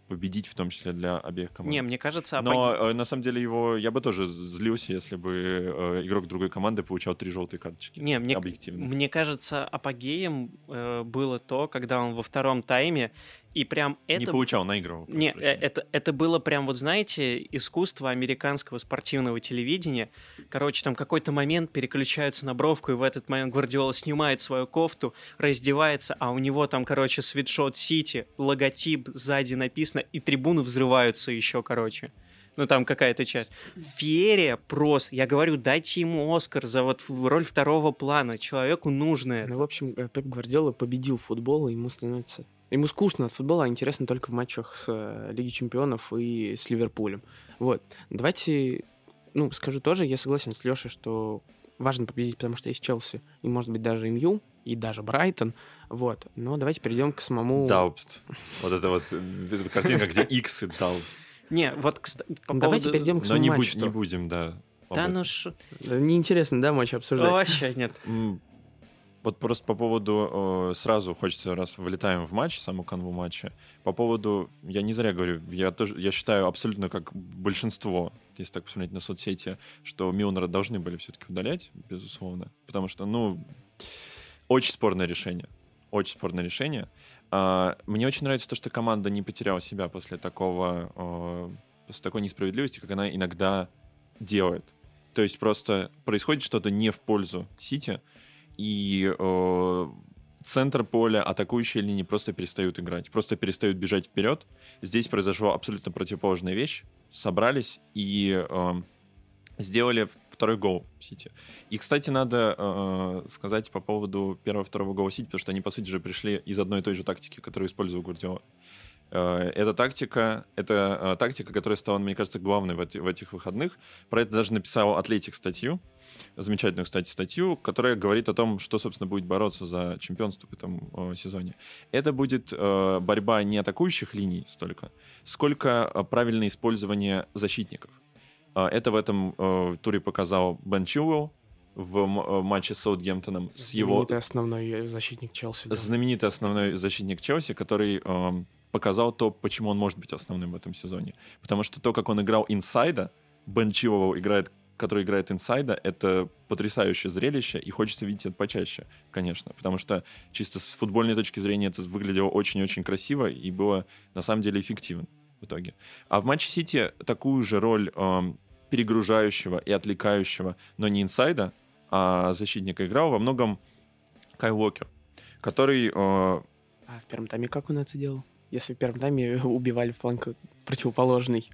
победить, в том числе для обеих команд. Не, мне кажется... Но апоге... э, на самом деле его... Я бы тоже злился, если бы э, игрок другой команды получал три желтые карточки. Не, мне, объективно. Мне кажется, апогеем э, было то, когда он во втором тайме, и прям это... Не получал, наигрывал. Не, э, это, это было прям, вот знаете, искусство американского спортивного телевидения. Короче, там какой-то момент переключаются на бровку, и в этот момент Гвардиола снимает свою кофту, раздевается, а у него там, короче, свитшот Сити, логотип сзади написано, и трибуны взрываются еще, короче. Ну, там какая-то часть. Феерия просто. Я говорю, дайте ему Оскар за вот роль второго плана. Человеку нужно это. Ну, в общем, Пеп Гвардиола победил футбол, и ему становится... Ему скучно от футбола, а интересно только в матчах с э, Лиги Чемпионов и с Ливерпулем. Вот. Давайте... Ну, скажу тоже, я согласен с Лешей, что важно победить, потому что есть Челси, и, может быть, даже МЮ, и даже Брайтон. Вот. Но давайте перейдем к самому... Даупст. Вот это вот картинка, где X и Даупст. Не, вот, кстати, по Давайте поводу... перейдем к Но самому не, матчу. будь, не будем, да. Да ну ш... Неинтересно, да, матч обсуждать? Вообще нет. М, Вот просто по поводу... э, Сразу хочется, раз вылетаем в матч, саму канву матча, по поводу... Я не зря говорю, я тоже я считаю абсолютно как большинство, если так посмотреть на соцсети, что Милнера должны были все-таки удалять, безусловно. Потому что, ну, очень спорное решение. Очень спорное решение. А, Мне очень нравится то, что команда не потеряла себя после такого... э, После такой несправедливости, как она иногда делает. То есть просто происходит что-то не в пользу Сити, и э, центр поля, атакующие линии просто перестают играть, просто перестают бежать вперед. Здесь произошла абсолютно противоположная вещь. Собрались и э, сделали второй гол Сити. И, кстати, надо э, сказать по поводу первого-второго гола Сити, потому что они, по сути же, пришли из одной и той же тактики, которую использовал Гвардиола. Эта тактика, это э, тактика, которая стала, мне кажется, главной в, эти, в этих выходных. Про это даже написал Атлетик статью, замечательную, кстати, статью, которая говорит о том, что, собственно, будет бороться за чемпионство в этом э, сезоне. Это будет э, борьба не атакующих линий столько, сколько э, правильное использование защитников. Э, это в этом э, туре показал Бен Чилуэлл в м- матче с Саутгемптоном. С его... Знаменитый основной защитник Челси. Да. Знаменитый основной защитник Челси, который... Э, показал то, почему он может быть основным в этом сезоне. Потому что то, как он играл инсайда, Бен Чилуэлл играет, который играет инсайда, это потрясающее зрелище, и хочется видеть это почаще, конечно. Потому что чисто с футбольной точки зрения это выглядело очень-очень красиво и было на самом деле эффективно в итоге. А в матче Сити такую же роль э, перегружающего и отвлекающего, но не инсайда, а защитника играл во многом Кайл Уокер, который... Э, а в первом тайме как он это делал? Если в первом тайме убивали фланг противоположный.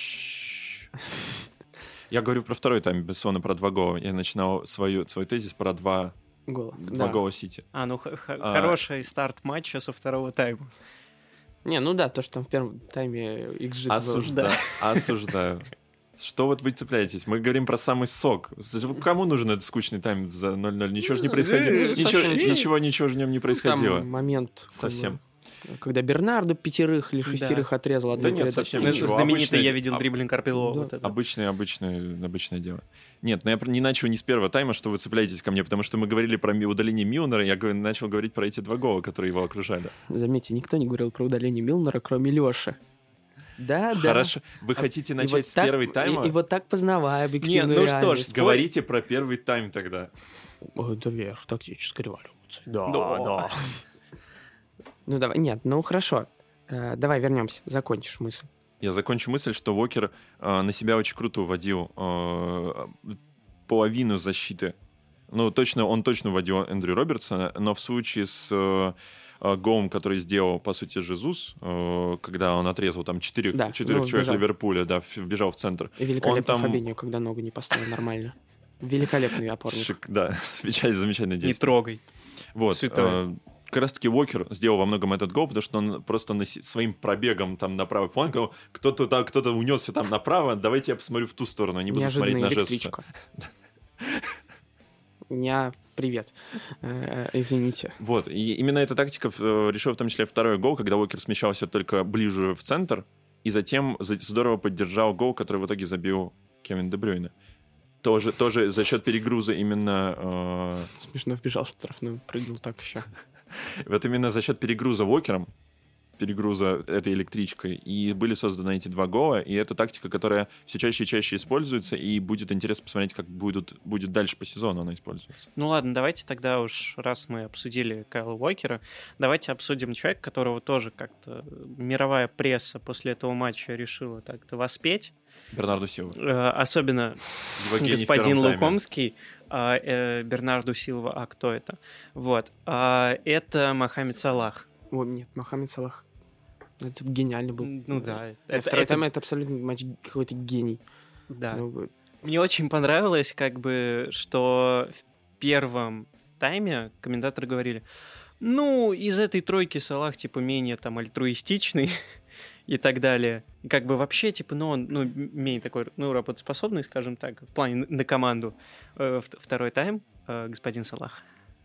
Я говорю про второй тайм, безусловно, про два гола. Я начинал свою, свой тезис про два гола, два да. гола Сити. А, ну х- х- А... хороший старт матча со второго тайма. Не, ну да, то, что там в первом тайме икс джи Осуждаю, да. осуждаю. Что вот вы цепляетесь? Мы говорим про самый сок. Кому нужен этот скучный тайм за ноль ноль? Ничего же не происходило. Ничего, ничего, ничего же в нем не происходило. Там момент. Совсем. Когда Бернарду пятерых или шестерых да. отрезал. Да нет, совсем Это ничего. знаменитый Обычное... «Я видел дриблинг Арпилова». Да. Вот это. Обычное, обычное, обычное дело. Нет, но я не начал не с первого тайма, что вы цепляетесь ко мне, потому что мы говорили про удаление Милнера, я начал говорить про эти два гола, которые его окружали. Заметьте, никто не говорил про удаление Милнера, кроме Лёши. Да, да. Хорошо. Вы хотите начать вот с так, первой тайма? И, и вот так познавая объективную Не, ну реальность. что ж, говорите про первый тайм тогда. Это верх тактической революции. Да, Да. да. Ну давай, нет, ну хорошо. Э, давай вернемся, закончишь мысль. Я закончу мысль, что Уокер э, на себя очень круто уводил э, половину защиты. Ну, точно, он точно уводил Эндрю Робертсона, но в случае с э, голом, который сделал, по сути, Жезус, э, когда он отрезал там четырех, да, четырех ну, человек вбежал. Ливерпуля, да, вбежал в центр. И великолепный там... Фабиньо, когда ногу не поставил нормально. Великолепный опорник. Шик, да, замечательное, замечательное действие. Не трогай. Вот. Святое. Э, как раз-таки Уокер сделал во многом этот гол, потому что он просто на, своим пробегом там на правый фланг, кто-то, да, кто-то унесся там направо, давайте я посмотрю в ту сторону, не буду смотреть на Жезуса. Ня, привет. Э, извините. Вот, и именно эта тактика э, решила в том числе второй гол, когда Уокер смещался только ближе в центр, и затем здорово поддержал гол, который в итоге забил Кевин Де Брюйне. Тоже, тоже за счет перегруза именно... Э... Смешно вбежал в штрафную, прыгнул так еще. Вот именно за счет перегруза Уокером перегруза этой электричкой, и были созданы эти два гола, и это тактика, которая все чаще и чаще используется, и будет интересно посмотреть, как будут, будет дальше по сезону она используется. Ну ладно, давайте тогда уж, раз мы обсудили Кайла Уокера, давайте обсудим человека, которого тоже как-то мировая пресса после этого матча решила так-то воспеть. Бернарду Силва. Э, особенно господин Лукомский, а, э, Бернарду Силва, а кто это? Вот. А, это Мохаммед Салах. Ой, нет, Мохаммед Салах. Это гениально был. Ну да. Это, второй это... тайм это абсолютно матч какой-то гений. Да. Ну, мне очень понравилось, как бы, что в первом тайме комментаторы говорили, ну, из этой тройки Салах, типа, менее там альтруистичный и так далее. И как бы вообще, типа, ну, он, ну, менее такой, ну, работоспособный, скажем так, в плане на команду. Второй тайм, господин Салах,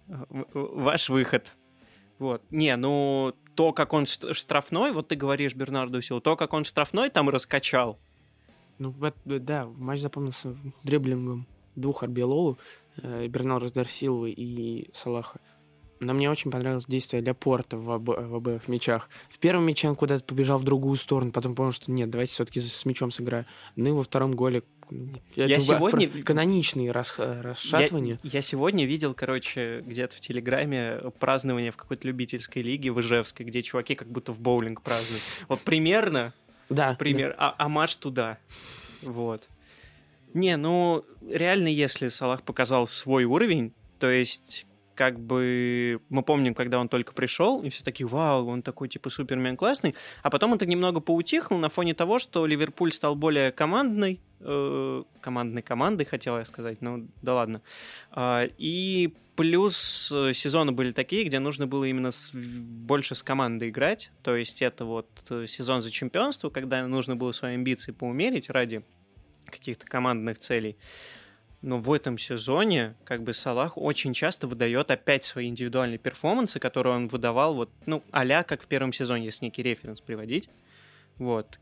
ваш выход. Вот. Не, ну, то, как он штрафной, вот ты говоришь Бернарду Силву, то, как он штрафной там раскачал. Ну, да, матч запомнился дриблингом двух Арбелолу, Бернарду Силвы и Салаха. Но мне очень понравилось действие Ляпорта в, об... в обоих мячах. В первом мяче он куда-то побежал в другую сторону, потом понял, что нет, давайте все-таки с мячом сыграю. Ну и во втором голе... Я это сегодня... каноничные рас... расшатывания. Я, я сегодня видел, короче, где-то в Телеграме празднование в какой-то любительской лиге в Ижевской, где чуваки как будто в боулинг празднуют. Вот примерно... Да. Пример. Да. А, а матч туда. Вот. Не, ну, реально, если Салах показал свой уровень, то есть... Как бы мы помним, когда он только пришел, и все такие, вау, он такой, типа, супермен классный. А потом это немного поутихло на фоне того, что Ливерпуль стал более командной, э, командной командой, хотел я сказать, ну да ладно. Э, и плюс сезоны были такие, где нужно было именно с, больше с командой играть. То есть это вот сезон за чемпионство, когда нужно было свои амбиции поумерить ради каких-то командных целей. Но в этом сезоне как бы Салах очень часто выдает опять свои индивидуальные перформансы, которые он выдавал вот, ну, а-ля как в первом сезоне, если некий референс приводить. Вот.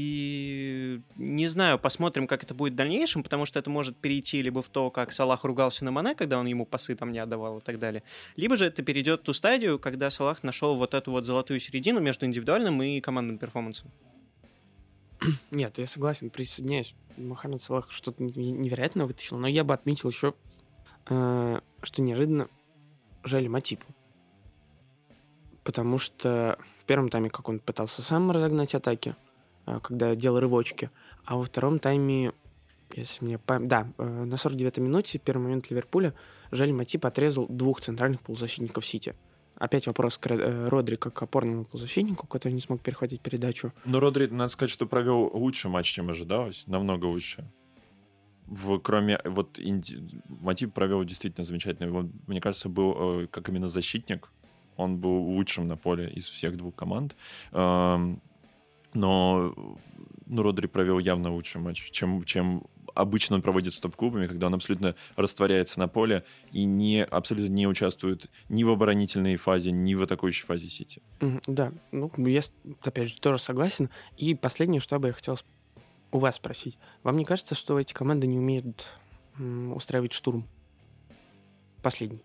И не знаю, посмотрим, как это будет в дальнейшем, потому что это может перейти либо в то, как Салах ругался на Мане, когда он ему пасы там не отдавал и так далее, либо же это перейдет в ту стадию, когда Салах нашел вот эту вот золотую середину между индивидуальным и командным перформансом. Нет, я согласен, присоединяюсь. Мохаммед Салах что-то невероятное вытащил, но я бы отметил еще, э, что неожиданно жали Матипу. Потому что в первом тайме, как он пытался сам разогнать атаки, э, когда делал рывочки, а во втором тайме, если мне память... Да, э, на сорок девятой минуте, первый момент Ливерпуля, Жали Матип отрезал двух центральных полузащитников Сити. Опять вопрос к Родри как к опорному полузащитнику, который не смог перехватить передачу. Но Родри, надо сказать, что провел лучший матч, чем ожидалось. Намного лучше. В, кроме... Вот инди... Матип провел действительно замечательный. Он, мне кажется, был э, как именно защитник. Он был лучшим на поле из всех двух команд. Эм, но ну, Родри провел явно лучший матч, чем... чем обычно он проводит с топ-клубами, когда он абсолютно растворяется на поле и не, абсолютно не участвует ни в оборонительной фазе, ни в атакующей фазе Сити. Mm, да, ну, я, опять же, тоже согласен. И последнее, что бы я хотел у вас спросить. Вам не кажется, что эти команды не умеют м, устраивать штурм? Последний.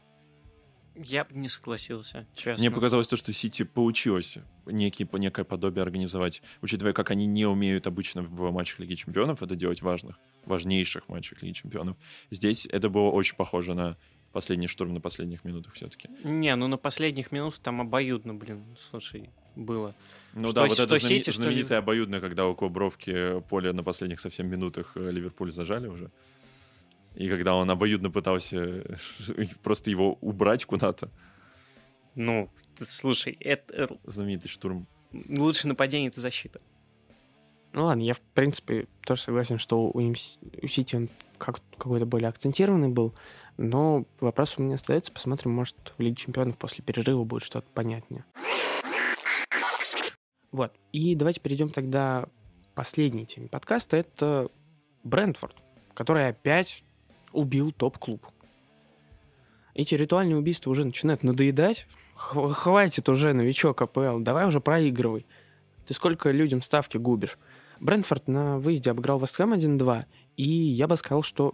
Я бы не согласился, честно. Мне показалось то, что Сити получилось некий, некое подобие организовать, учитывая, как они не умеют обычно в матчах Лиги Чемпионов это делать важных, важнейших матчах Лиги Чемпионов. Здесь это было очень похоже на последний штурм на последних минутах все-таки. Не, ну на последних минутах там обоюдно, блин, слушай, было. Ну что, да, вот что это знамен... Сити, знаменитое что... обоюдное, когда около бровки поля на последних совсем минутах Ливерпуль зажали уже. И когда он обоюдно пытался просто его убрать куда-то. Ну, слушай, это... Знаменитый штурм. Лучше нападение — это защита. Ну ладно, я в принципе тоже согласен, что у, у Сити он как, какой-то более акцентированный был, но вопрос у меня остается. Посмотрим, может, в Лиге Чемпионов после перерыва будет что-то понятнее. Вот, и давайте перейдем тогда к последней теме подкаста. Это Брентфорд, который опять убил топ-клуб. Эти ритуальные убийства уже начинают надоедать. Х- хватит уже, новичок АПЛ, давай уже проигрывай. Ты сколько людям ставки губишь? Брентфорд на выезде обыграл Вест Хэм один-два, и я бы сказал, что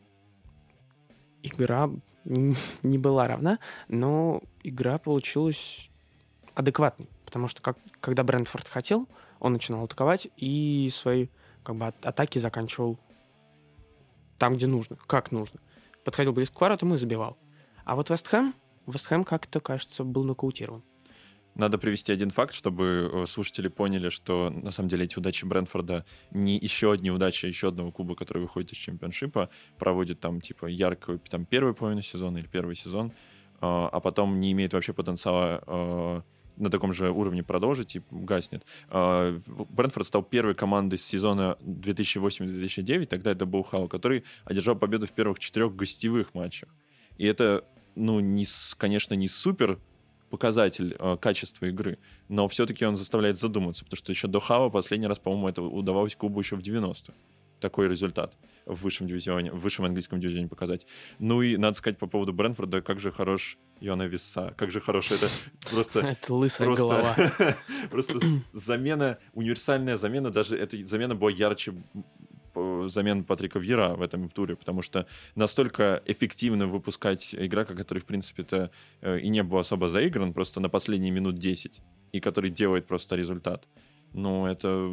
игра не была равна, но игра получилась адекватной по потому что как, когда Брентфорд хотел, он начинал атаковать и свои как бы, атаки заканчивал там, где нужно, как нужно. Подходил близко к воротам и забивал. А вот Вест Хэм, Вест Хэм как-то, кажется, был нокаутирован. Надо привести один факт, чтобы слушатели поняли, что на самом деле эти удачи Брентфорда не еще одни удачи еще одного клуба, который выходит из чемпионшипа, проводит там типа яркую там, первую половину сезона или первый сезон, а потом не имеет вообще потенциала на таком же уровне продолжить и гаснет. Брентфорд стал первой командой с сезона две тысячи восемь - две тысячи девять, тогда это был Халл, который одержал победу в первых четырех гостевых матчах. И это, ну, не, конечно, не супер показатель э, качества игры, но все-таки он заставляет задуматься, потому что еще до Халла последний раз, по-моему, это удавалось клубу еще в девяностых. Такой результат в высшем дивизионе, в высшем английском дивизионе показать. Ну и надо сказать по поводу Брентфорда, как же хорош Йона Висса, как же хорош это просто... Это лысая голова. Просто замена, универсальная замена, даже эта замена была ярче замен Патрика Вьера в этом туре, потому что настолько эффективно выпускать игрока, который, в принципе-то, и не был особо заигран, просто на последние минут десять, и который делает просто результат. Ну, это...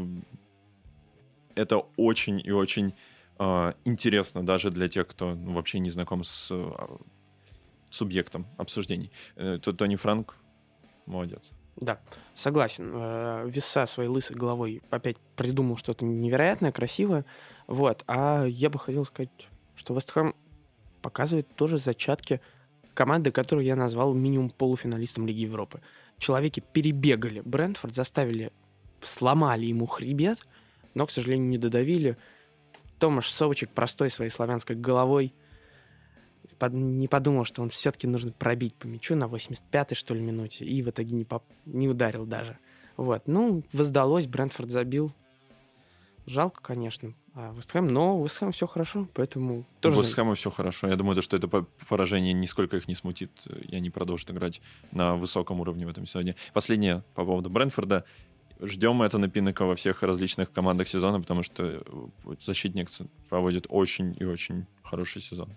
Это очень и очень э, интересно даже для тех, кто ну, вообще не знаком с э, субъектом обсуждений. Э, Тони Франк молодец. Да, согласен. Висса своей лысой головой опять придумал что-то невероятное, красивое. Вот. А я бы хотел сказать, что Вест Хэм показывает тоже зачатки команды, которую я назвал минимум полуфиналистом Лиги Европы. Человеки перебегали Брентфорд, заставили, сломали ему хребет, но, к сожалению, не додавили. Томаш Совочек простой своей славянской головой под, не подумал, что он все-таки нужно пробить по мячу на восемьдесят пятой, что ли, минуте, и в итоге не, поп... не ударил даже. Вот. Ну, воздалось, Брентфорд забил. Жалко, конечно, а Вест Хэм, но Вест Хэм все хорошо, поэтому тоже... У Вест Хэма все хорошо. Я думаю, что это поражение нисколько их не смутит, и они продолжат играть на высоком уровне в этом сезоне. Последнее по поводу Брентфорда. Ждем это на Пиннека во всех различных командах сезона, потому что защитник проводит очень и очень хороший сезон.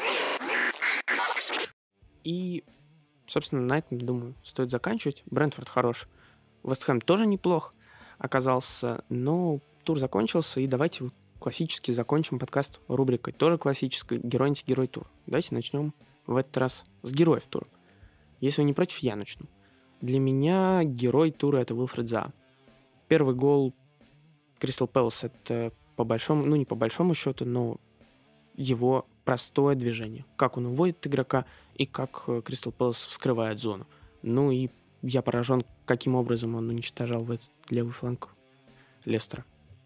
И, собственно, на этом, думаю, стоит заканчивать. Брентфорд хорош. Вест Хэм тоже неплох оказался, но тур закончился, и давайте классически закончим подкаст рубрикой, тоже классической, герой-антигерой тур. Давайте начнем в этот раз с героев тура. Если вы не против, я начну. Для меня герой тура — это Уилфред Заа. Первый гол Кристал Пэлас — это по большому, ну не по большому счету, но его простое движение. Как он уводит игрока и как Кристал Пэлас вскрывает зону. Ну и я поражен, каким образом он уничтожал в этот левый фланг Лестера.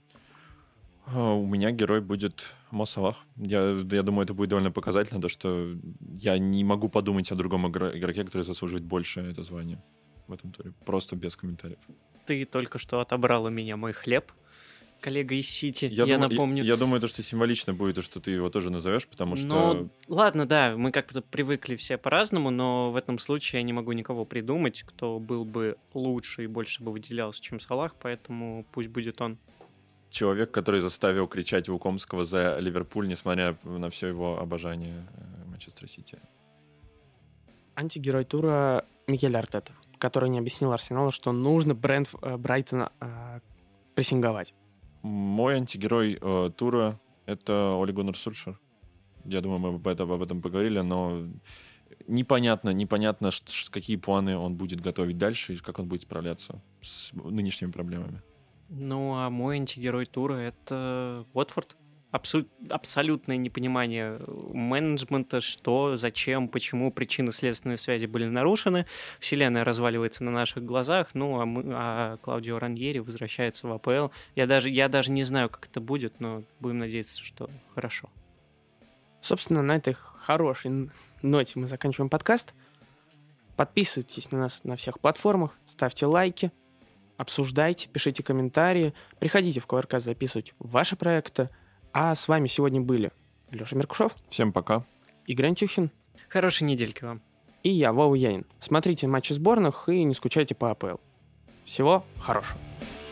У меня герой будет Мо Салах. Я, я думаю, это будет довольно показательно, то что я не могу подумать о другом игроке, который заслуживает больше это звание в этом туре. Просто без комментариев. Ты только что отобрал у меня мой хлеб, коллега из Сити, я, я думаю, напомню. Я, я думаю, то, что символично будет, что ты его тоже назовешь, потому что... Ну, ладно, да, мы как-то привыкли все по-разному, но в этом случае я не могу никого придумать, кто был бы лучше и больше бы выделялся, чем Салах, поэтому пусть будет он. Человек, который заставил кричать Вукомского за Ливерпуль, несмотря на все его обожание Манчестер Сити. Антигерой тура Микель Артета, который не объяснил Арсеналу, что нужно Брент, Брайтона э, прессинговать. Мой антигерой э, тура — это Оле Гуннар Сульшер. Я думаю, мы об этом, об этом поговорили, но непонятно, непонятно, ш- ш- какие планы он будет готовить дальше и как он будет справляться с нынешними проблемами. Ну, а мой антигерой тура — это Уотфорд. Абсу- абсолютное непонимание менеджмента, что, зачем, почему причинно-следственные связи были нарушены. Вселенная разваливается на наших глазах, ну, а, мы, а Клаудио Раньери возвращается в АПЛ. Я даже, я даже не знаю, как это будет, но будем надеяться, что хорошо. Собственно, на этой хорошей ноте мы заканчиваем подкаст. Подписывайтесь на нас на всех платформах, ставьте лайки, обсуждайте, пишите комментарии, приходите в КВРК записывать ваши проекты. А с вами сегодня были Леша Меркушев. Всем пока. Игорь Антюхин. Хорошей недельки вам. И я, Вова Янин. Смотрите матчи сборных и не скучайте по АПЛ. Всего хорошего.